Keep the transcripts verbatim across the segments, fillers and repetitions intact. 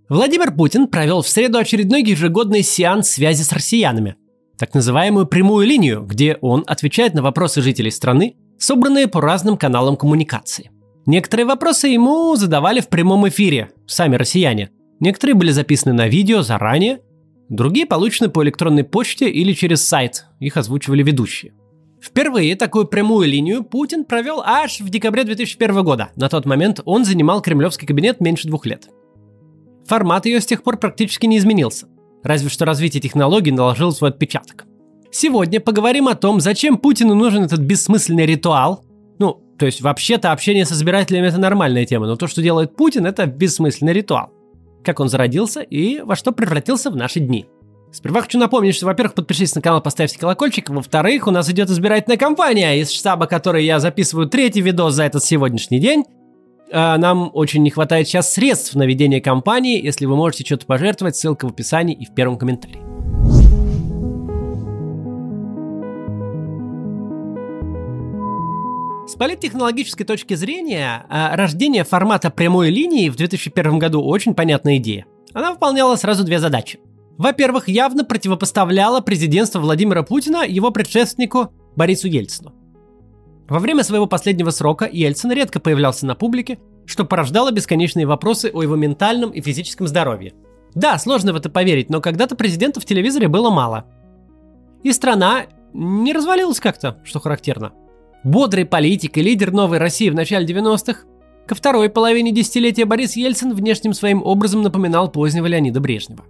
Владимир Путин провел в среду очередной ежегодный сеанс связи с россиянами, так называемую прямую линию, где он отвечает на вопросы жителей страны, собранные по разным каналам коммуникации. Некоторые вопросы ему задавали в прямом эфире сами россияне, некоторые были записаны на видео заранее, другие получены по электронной почте или через сайт, их озвучивали ведущие. Впервые такую прямую линию Путин провел аж в декабре две тысячи первого года. На тот момент он занимал кремлевский кабинет меньше двух лет. Формат ее с тех пор практически не изменился, разве что развитие технологий наложило свой отпечаток. Сегодня поговорим о том, зачем Путину нужен этот бессмысленный ритуал. Ну, то есть вообще-то общение с избирателями – это нормальная тема, но то, что делает Путин – это бессмысленный ритуал. Как он зародился и во что превратился в наши дни. Сперва хочу напомнить, что, во-первых, подпишитесь на канал, поставьте колокольчик, во-вторых, у нас идет избирательная кампания, из штаба которой я записываю третий видос за этот сегодняшний день. Нам очень не хватает сейчас средств на ведение кампании. Если вы можете что-то пожертвовать, ссылка в описании и в первом комментарии. С политтехнологической точки зрения, рождение формата прямой линии в две тысячи первом году очень понятная идея. Она выполняла сразу две задачи. Во-первых, явно противопоставляла президентство Владимира Путина его предшественнику Борису Ельцину. Во время своего последнего срока Ельцин редко появлялся на публике, что порождало бесконечные вопросы о его ментальном и физическом здоровье. Да, сложно в это поверить, но когда-то президента в телевизоре было мало. И страна не развалилась как-то, что характерно. Бодрый политик и лидер новой России в начале девяностых, ко второй половине десятилетия Борис Ельцин внешним своим образом напоминал позднего Леонида Брежнева.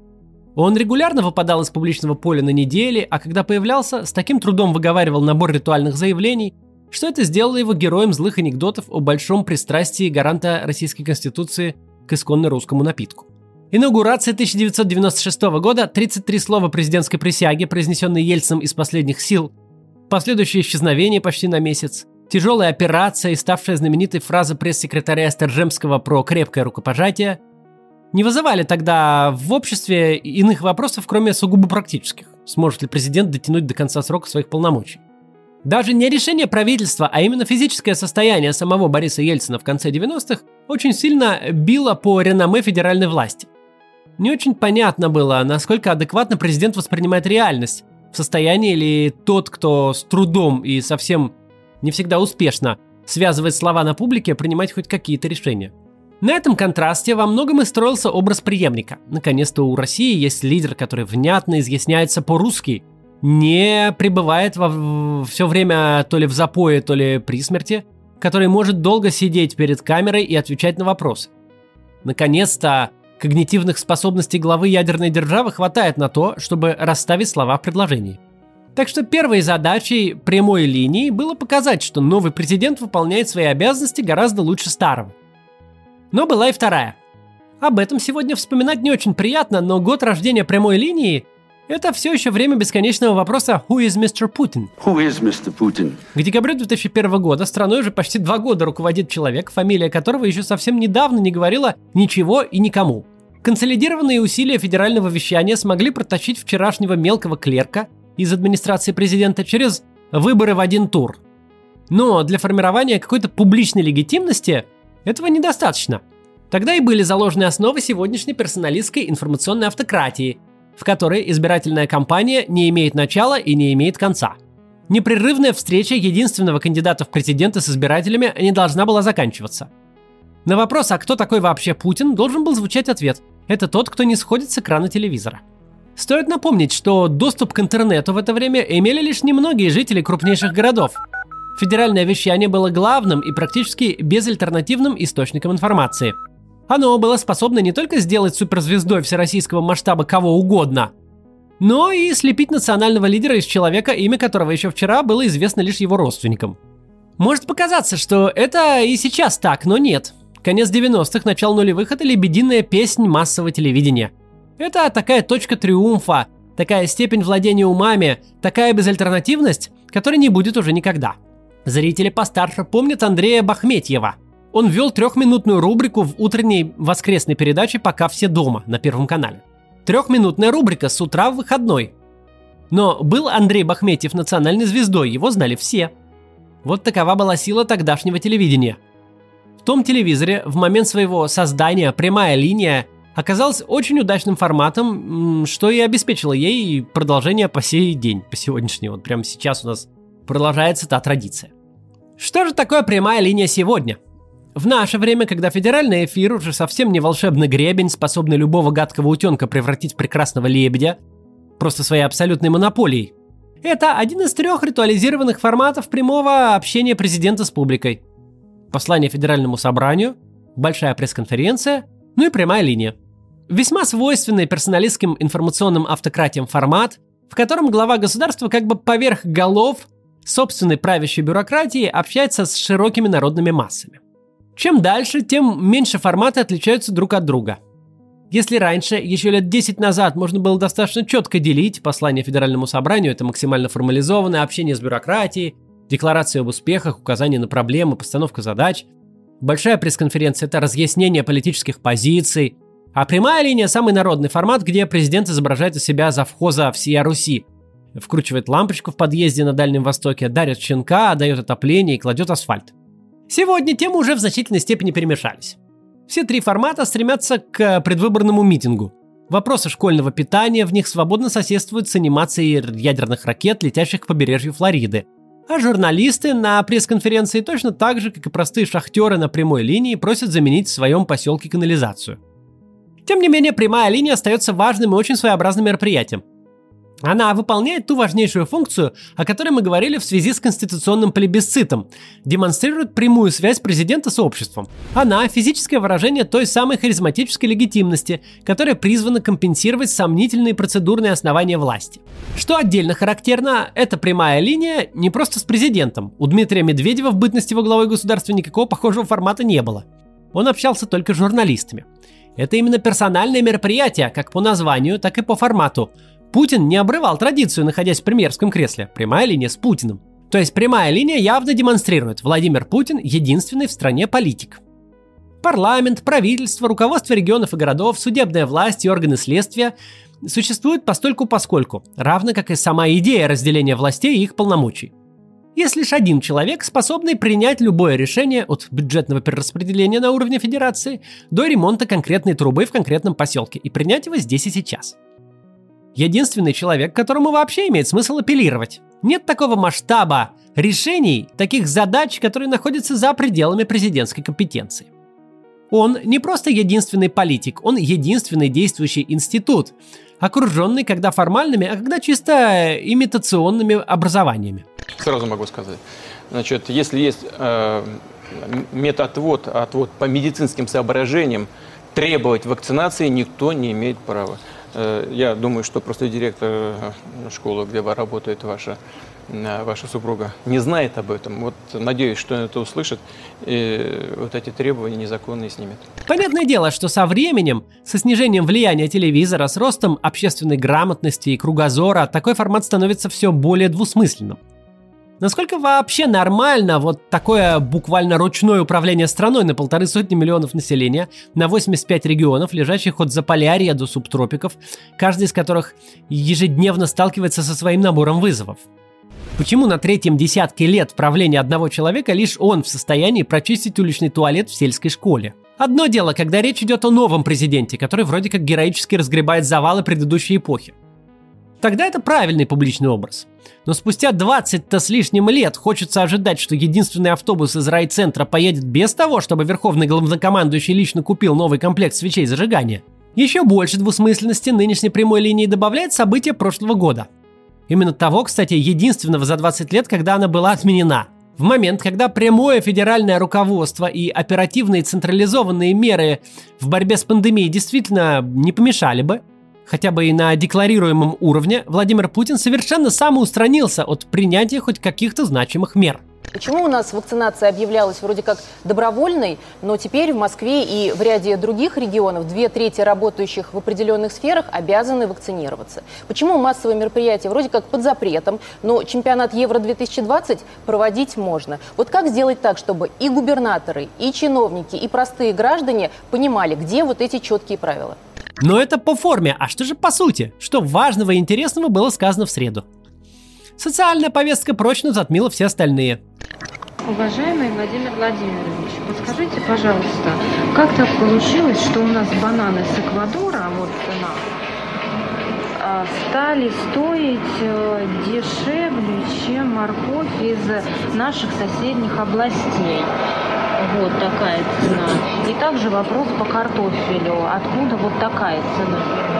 Он регулярно выпадал из публичного поля на недели, а когда появлялся, с таким трудом выговаривал набор ритуальных заявлений, что это сделало его героем злых анекдотов о большом пристрастии гаранта Российской Конституции к исконно русскому напитку. Инаугурация тысяча девятьсот девяносто шестого года, тридцать три слова президентской присяги, произнесенные Ельциным из последних сил, последующее исчезновение почти на месяц, тяжелая операция и ставшая знаменитой фраза пресс-секретаря Стержемского про крепкое рукопожатие не вызывали тогда в обществе иных вопросов, кроме сугубо практических. Сможет ли президент дотянуть до конца срока своих полномочий? Даже не решение правительства, а именно физическое состояние самого Бориса Ельцина в конце девяностых очень сильно било по реноме федеральной власти. Не очень понятно было, насколько адекватно президент воспринимает реальность, в состоянии ли тот, кто с трудом и совсем не всегда успешно связывает слова на публике, принимать хоть какие-то решения. На этом контрасте во многом и строился образ преемника. Наконец-то у России есть лидер, который внятно изъясняется по-русски, не пребывает во, все время то ли в запое, то ли при смерти, который может долго сидеть перед камерой и отвечать на вопросы. Наконец-то когнитивных способностей главы ядерной державы хватает на то, чтобы расставить слова в предложении. Так что первой задачей прямой линии было показать, что новый президент выполняет свои обязанности гораздо лучше старого. Но была и вторая. Об этом сегодня вспоминать не очень приятно, но год рождения прямой линии – это все еще время бесконечного вопроса «Who is мистер Putin?». Who is мистер Putin? К декабрю две тысячи первого года страной уже почти два года руководит человек, фамилия которого еще совсем недавно не говорила ничего и никому. Консолидированные усилия федерального вещания смогли протащить вчерашнего мелкого клерка из администрации президента через выборы в один тур. Но для формирования какой-то публичной легитимности этого недостаточно. Тогда и были заложены основы сегодняшней персоналистской информационной автократии, в которой избирательная кампания не имеет начала и не имеет конца. Непрерывная встреча единственного кандидата в президенты с избирателями не должна была заканчиваться. На вопрос, а кто такой вообще Путин, должен был звучать ответ: это тот, кто не сходит с экрана телевизора. Стоит напомнить, что доступ к интернету в это время имели лишь немногие жители крупнейших городов. Федеральное вещание было главным и практически безальтернативным источником информации. Оно было способно не только сделать суперзвездой всероссийского масштаба кого угодно, но и слепить национального лидера из человека, имя которого еще вчера было известно лишь его родственникам. Может показаться, что это и сейчас так, но нет. Конец девяностых, начало нулевых – это лебединая песнь массового телевидения. Это такая точка триумфа, такая степень владения умами, такая безальтернативность, которой не будет уже никогда. Зрители постарше помнят Андрея Бахметьева. Он вел трехминутную рубрику в утренней воскресной передаче «Пока все дома» на Первом канале. Трехминутная рубрика с утра в выходной. Но был Андрей Бахметьев национальной звездой, его знали все. Вот такова была сила тогдашнего телевидения. В том телевизоре в момент своего создания прямая линия оказалась очень удачным форматом, что и обеспечило ей продолжение по сей день, по сегодняшней. Вот прямо сейчас у нас продолжается та традиция. Что же такое прямая линия сегодня? В наше время, когда федеральный эфир уже совсем не волшебный гребень, способный любого гадкого утенка превратить в прекрасного лебедя, просто своей абсолютной монополией, это один из трех ритуализированных форматов прямого общения президента с публикой. Послание Федеральному собранию, большая пресс-конференция, ну и прямая линия. Весьма свойственный персоналистским информационным автократиям формат, в котором глава государства как бы поверх голов собственной правящей бюрократии общается с широкими народными массами. Чем дальше, тем меньше форматы отличаются друг от друга. Если раньше, еще лет десять назад, можно было достаточно четко делить послание Федеральному собранию, это максимально формализованное общение с бюрократией, декларация об успехах, указание на проблемы, постановка задач. Большая пресс-конференция – это разъяснение политических позиций. А прямая линия – самый народный формат, где президент изображает из себя завхоза всея Руси. Вкручивает лампочку в подъезде на Дальнем Востоке, дарит щенка, дает отопление и кладет асфальт. Сегодня темы уже в значительной степени перемешались. Все три формата стремятся к предвыборному митингу. Вопросы школьного питания в них свободно соседствуют с анимацией ядерных ракет, летящих к побережью Флориды. А журналисты на пресс-конференции точно так же, как и простые шахтеры на прямой линии, просят заменить в своем поселке канализацию. Тем не менее, прямая линия остается важным и очень своеобразным мероприятием. Она выполняет ту важнейшую функцию, о которой мы говорили в связи с конституционным плебисцитом, демонстрирует прямую связь президента с обществом. Она – физическое выражение той самой харизматической легитимности, которая призвана компенсировать сомнительные процедурные основания власти. Что отдельно характерно, эта прямая линия не просто с президентом. У Дмитрия Медведева в бытности его главой государства никакого похожего формата не было. Он общался только с журналистами. Это именно персональное мероприятие, как по названию, так и по формату. Путин не обрывал традицию, находясь в премьерском кресле. Прямая линия с Путиным. То есть прямая линия явно демонстрирует: Владимир Путин – единственный в стране политик. Парламент, правительство, руководство регионов и городов, судебная власть и органы следствия существуют постольку-поскольку, равно как и сама идея разделения властей и их полномочий. Есть лишь один человек, способный принять любое решение от бюджетного перераспределения на уровне федерации до ремонта конкретной трубы в конкретном поселке, и принять его здесь и сейчас. Единственный человек, которому вообще имеет смысл апеллировать. Нет такого масштаба решений, таких задач, которые находятся за пределами президентской компетенции. Он не просто единственный политик, он единственный действующий институт, окруженный когда формальными, а когда чисто имитационными образованиями. Сразу могу сказать. Значит, если есть э, медотвод, отвод по медицинским соображениям, требовать вакцинации никто не имеет права. Я думаю, что просто директор школы, где работает ваша, ваша супруга, не знает об этом. Вот надеюсь, что он это услышит и вот эти требования незаконные снимет. Понятное дело, что со временем, со снижением влияния телевизора, с ростом общественной грамотности и кругозора, такой формат становится все более двусмысленным. Насколько вообще нормально вот такое буквально ручное управление страной на полторы сотни миллионов населения, на восемьдесят пять регионов, лежащих от Заполярья до субтропиков, каждый из которых ежедневно сталкивается со своим набором вызовов? Почему на третьем десятке лет правления одного человека лишь он в состоянии прочистить уличный туалет в сельской школе? Одно дело, когда речь идет о новом президенте, который вроде как героически разгребает завалы предыдущей эпохи. Тогда это правильный публичный образ. Но спустя двадцать-то с лишним лет хочется ожидать, что единственный автобус из райцентра поедет без того, чтобы верховный главнокомандующий лично купил новый комплект свечей зажигания. Еще больше двусмысленности нынешней прямой линии добавляет событие прошлого года. Именно того, кстати, единственного за двадцать лет, когда она была отменена. В момент, когда прямое федеральное руководство и оперативные централизованные меры в борьбе с пандемией действительно не помешали бы, хотя бы и на декларируемом уровне, Владимир Путин совершенно самоустранился от принятия хоть каких-то значимых мер. Почему у нас вакцинация объявлялась вроде как добровольной, но теперь в Москве и в ряде других регионов две трети работающих в определенных сферах обязаны вакцинироваться? Почему массовые мероприятия вроде как под запретом, но чемпионат Евро две тысячи двадцать проводить можно? Вот как сделать так, чтобы и губернаторы, и чиновники, и простые граждане понимали, где вот эти четкие правила? Но это по форме, а что же по сути? Что важного и интересного было сказано в среду? Социальная повестка прочно затмила все остальные. Уважаемый Владимир Владимирович, подскажите, пожалуйста, как так получилось, что у нас бананы с Эквадора, вот цена, стали стоить дешевле, чем морковь из наших соседних областей? Вот такая цена. И также вопрос по картофелю. Откуда вот такая цена?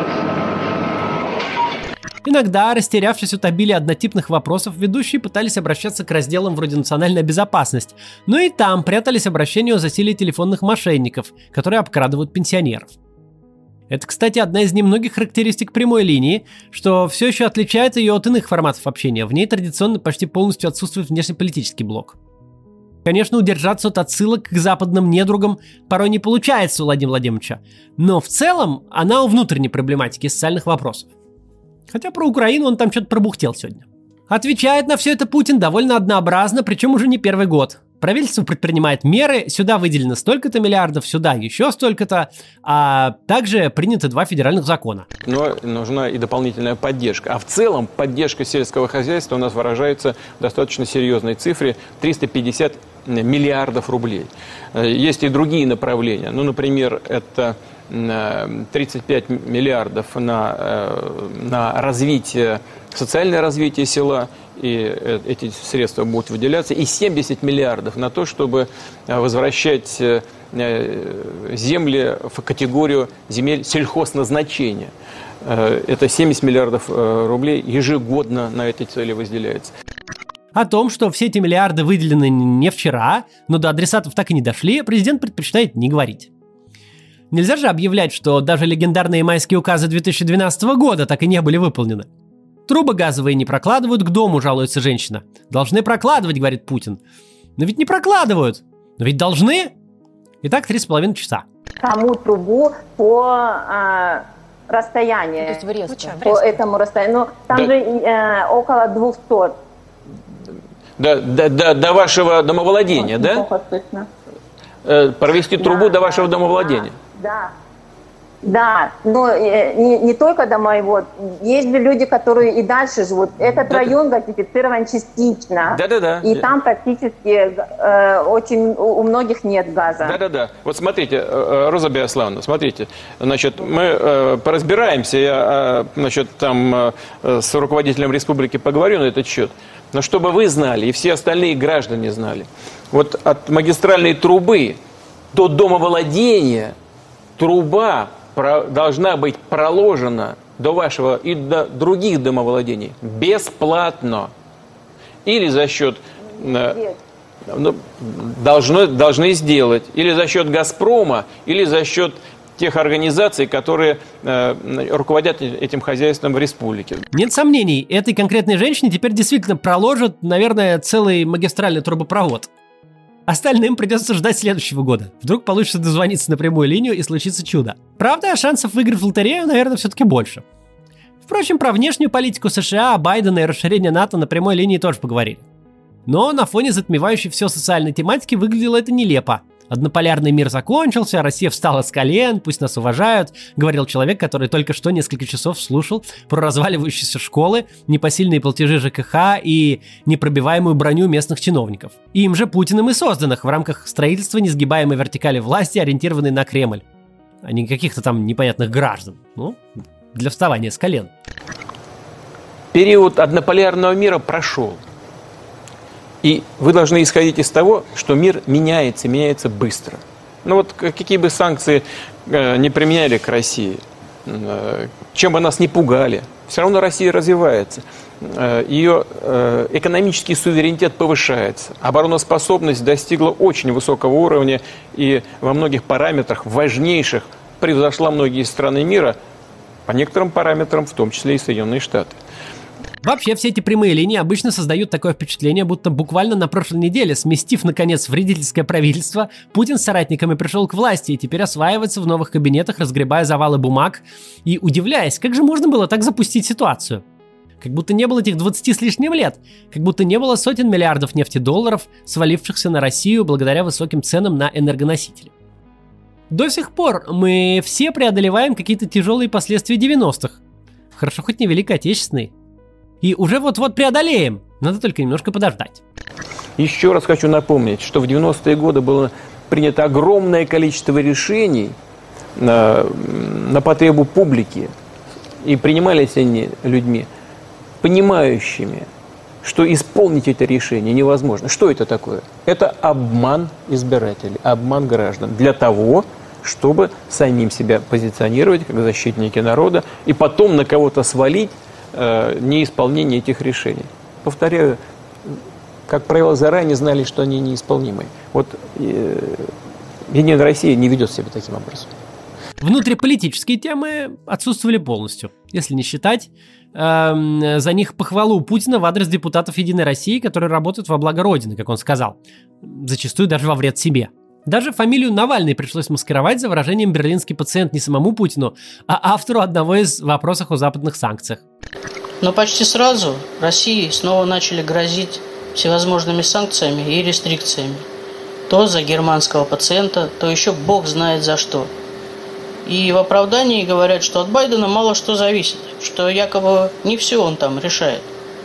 Иногда, растерявшись от обилия однотипных вопросов, ведущие пытались обращаться к разделам вроде «Национальная безопасность», но и там прятались обращения о засилии телефонных мошенников, которые обкрадывают пенсионеров. Это, кстати, одна из немногих характеристик прямой линии, что все еще отличает ее от иных форматов общения. В ней традиционно почти полностью отсутствует внешнеполитический блок. Конечно, удержаться от отсылок к западным недругам порой не получается у Владимира Владимировича, но в целом она у внутренней проблематики социальных вопросов. Хотя про Украину он там что-то пробухтел сегодня. Отвечает на все это Путин довольно однообразно, причем уже не первый год. Правительство предпринимает меры, сюда выделено столько-то миллиардов, сюда еще столько-то, а также приняты два федеральных закона. Но нужна и дополнительная поддержка. А в целом поддержка сельского хозяйства у нас выражается в достаточно серьезной цифре – триста пятьдесят миллиардов рублей. Есть и другие направления. Ну, например, это тридцать пять миллиардов на, на развитие, социальное развитие села, и эти средства будут выделяться, и семьдесят миллиардов на то, чтобы возвращать земли в категорию земель сельхозназначения. Это семьдесят миллиардов рублей ежегодно на эти цели выделяется. О том, что все эти миллиарды выделены не вчера, но до адресатов так и не дошли, президент предпочитает не говорить. Нельзя же объявлять, что даже легендарные майские указы две тысячи двенадцатого года так и не были выполнены. Трубы газовые не прокладывают, к дому жалуется женщина. Должны прокладывать, говорит Путин. Но ведь не прокладывают. Но ведь должны. Итак, три с половиной часа. Саму трубу по а, расстоянию. Ну, то есть в резко. По этому расстоянию. Ну, там да. же э, около двухсот. До, до, до, до вашего домовладения, да? Плохо слышно. Э, провести трубу да, до вашего да, домовладения. Да. Да, но не, не только до моего. Есть же люди, которые и дальше живут. Этот да, район да. газифицирован частично. Да-да-да. И там практически э, очень у многих нет газа. Да-да-да. Вот смотрите, Роза Биаславовна, смотрите. Значит, мы э, поразбираемся. Я, э, значит, там э, с руководителем республики поговорю на этот счет. Но чтобы вы знали, и все остальные граждане знали, вот от магистральной трубы до домовладения труба должна быть проложена до вашего и до других домовладений бесплатно. Или за счет... Ну, должны, должны сделать. Или за счет «Газпрома», или за счет тех организаций, которые э, руководят этим хозяйством в республике. Нет сомнений, этой конкретной женщине теперь действительно проложат, наверное, целый магистральный трубопровод. Остальным придется ждать следующего года. Вдруг получится дозвониться на прямую линию и случится чудо. Правда, шансов выиграть в лотерею, наверное, все-таки больше. Впрочем, про внешнюю политику США, Байдена и расширение НАТО на прямой линии тоже поговорили. Но на фоне затмевающей все социальной тематики выглядело это нелепо. Однополярный мир закончился, Россия встала с колен, пусть нас уважают, говорил человек, который только что несколько часов слушал про разваливающиеся школы, непосильные платежи ЖКХ и непробиваемую броню местных чиновников. Им же Путиным и созданных в рамках строительства несгибаемой вертикали власти, ориентированной на Кремль, а не каких-то там непонятных граждан. Ну, для вставания с колен. Период однополярного мира прошел. И вы должны исходить из того, что мир меняется, меняется быстро. Ну вот какие бы санкции э, не применяли к России, э, чем бы нас не пугали, все равно Россия развивается. Э, ее э, экономический суверенитет повышается. Обороноспособность достигла очень высокого уровня и во многих параметрах важнейших превзошла многие страны мира, по некоторым параметрам, в том числе и Соединенные Штаты. Вообще, все эти прямые линии обычно создают такое впечатление, будто буквально на прошлой неделе, сместив, наконец, вредительское правительство, Путин с соратниками пришел к власти и теперь осваивается в новых кабинетах, разгребая завалы бумаг и удивляясь, как же можно было так запустить ситуацию. Как будто не было этих двадцати с лишним лет, как будто не было сотен миллиардов нефтедолларов, свалившихся на Россию благодаря высоким ценам на энергоносители. До сих пор мы все преодолеваем какие-то тяжелые последствия девяностых. Хорошо, хоть не Великой Отечественной. И уже вот-вот преодолеем. Надо только немножко подождать. Еще раз хочу напомнить, что в девяностые годы было принято огромное количество решений на, на потребу публики. И принимались они людьми, понимающими, что исполнить это решение невозможно. Что это такое? Это обман избирателей, обман граждан. Для того, чтобы самим себя позиционировать как защитники народа и потом на кого-то свалить э, неисполнение этих решений. Повторяю, как правило, заранее знали, что они неисполнимы. Вот э, Единая Россия не ведет себя таким образом. Внутриполитические темы отсутствовали полностью, если не считать э, за них похвалу Путина в адрес депутатов Единой России, которые работают во благо Родины, как он сказал, зачастую даже во вред себе. Даже фамилию Навальный пришлось маскировать за выражением «берлинский пациент» не самому Путину, а автору одного из вопросов о западных санкциях. Но почти сразу России снова начали грозить всевозможными санкциями и рестрикциями. То за германского пациента, то еще бог знает за что. И в оправдании говорят, что от Байдена мало что зависит, что якобы не все он там решает.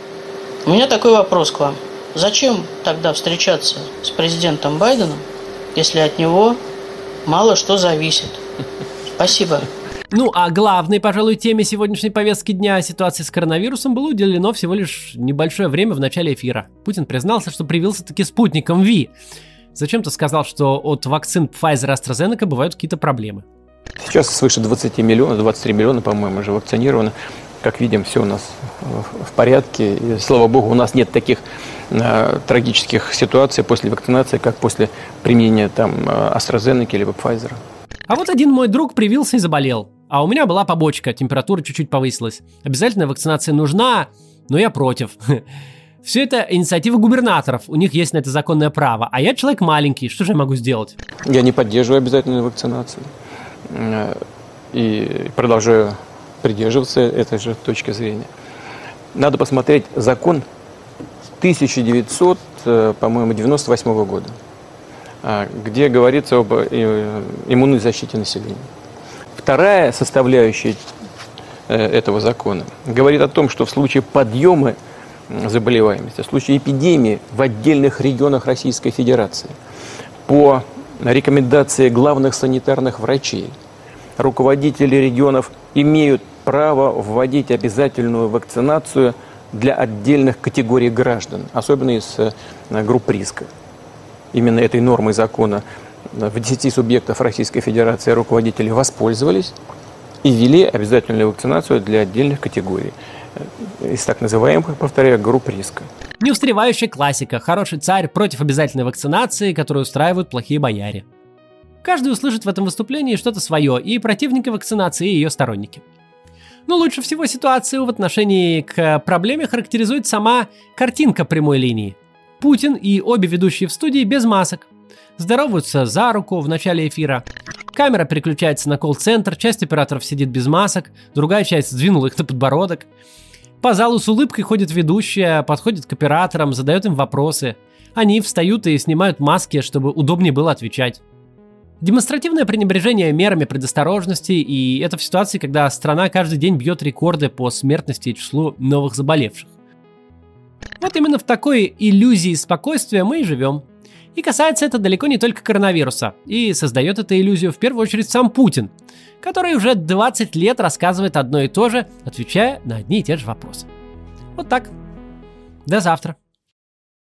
У меня такой вопрос к вам. Зачем тогда встречаться с президентом Байденом, если от него мало что зависит? Спасибо. Ну, а главной, пожалуй, теме сегодняшней повестки дня, ситуации с коронавирусом, было уделено всего лишь небольшое время в начале эфира. Путин признался, что привился-таки спутником Ви. Зачем-то сказал, что от вакцин Pfizer и AstraZeneca бывают какие-то проблемы. Сейчас свыше двадцать миллионов, двадцать три миллиона, по-моему, уже вакцинировано. Как видим, все у нас в порядке. И, слава богу, у нас нет таких э, трагических ситуаций после вакцинации, как после применения там AstraZeneca либо Pfizer. А вот один мой друг привился и заболел. А у меня была побочка, температура чуть-чуть повысилась. Обязательно вакцинация нужна, но я против. Все это инициатива губернаторов, у них есть на это законное право. А я человек маленький, что же я могу сделать? Я не поддерживаю обязательную вакцинацию. И продолжаю придерживаться этой же точки зрения. Надо посмотреть закон тысяча девятьсот, по-моему, девяносто восьмого года, где говорится об иммунной защите населения. Вторая составляющая этого закона говорит о том, что в случае подъема заболеваемости, в случае эпидемии в отдельных регионах Российской Федерации по рекомендации главных санитарных врачей руководители регионов имеют право вводить обязательную вакцинацию для отдельных категорий граждан, особенно из групп риска. Именно этой нормой закона в десяти субъектах Российской Федерации руководители воспользовались и ввели обязательную вакцинацию для отдельных категорий из так называемых, повторяю, групп риска. Неустаревающая классика. Хороший царь против обязательной вакцинации, которую устраивают плохие бояре. Каждый услышит в этом выступлении что-то свое, и противники вакцинации, и ее сторонники. Но лучше всего ситуацию в отношении к проблеме характеризует сама картинка прямой линии. Путин и обе ведущие в студии без масок. Здороваются за руку в начале эфира. Камера переключается на колл-центр, часть операторов сидит без масок, другая часть сдвинула их на подбородок. По залу с улыбкой ходит ведущая, подходит к операторам, задает им вопросы. Они встают и снимают маски, чтобы удобнее было отвечать. Демонстративное пренебрежение мерами предосторожности, и это в ситуации, когда страна каждый день бьет рекорды по смертности и числу новых заболевших. Вот именно в такой иллюзии спокойствия мы и живем. И касается это далеко не только коронавируса, и создает эту иллюзию в первую очередь сам Путин, который уже двадцать лет рассказывает одно и то же, отвечая на одни и те же вопросы. Вот так. До завтра.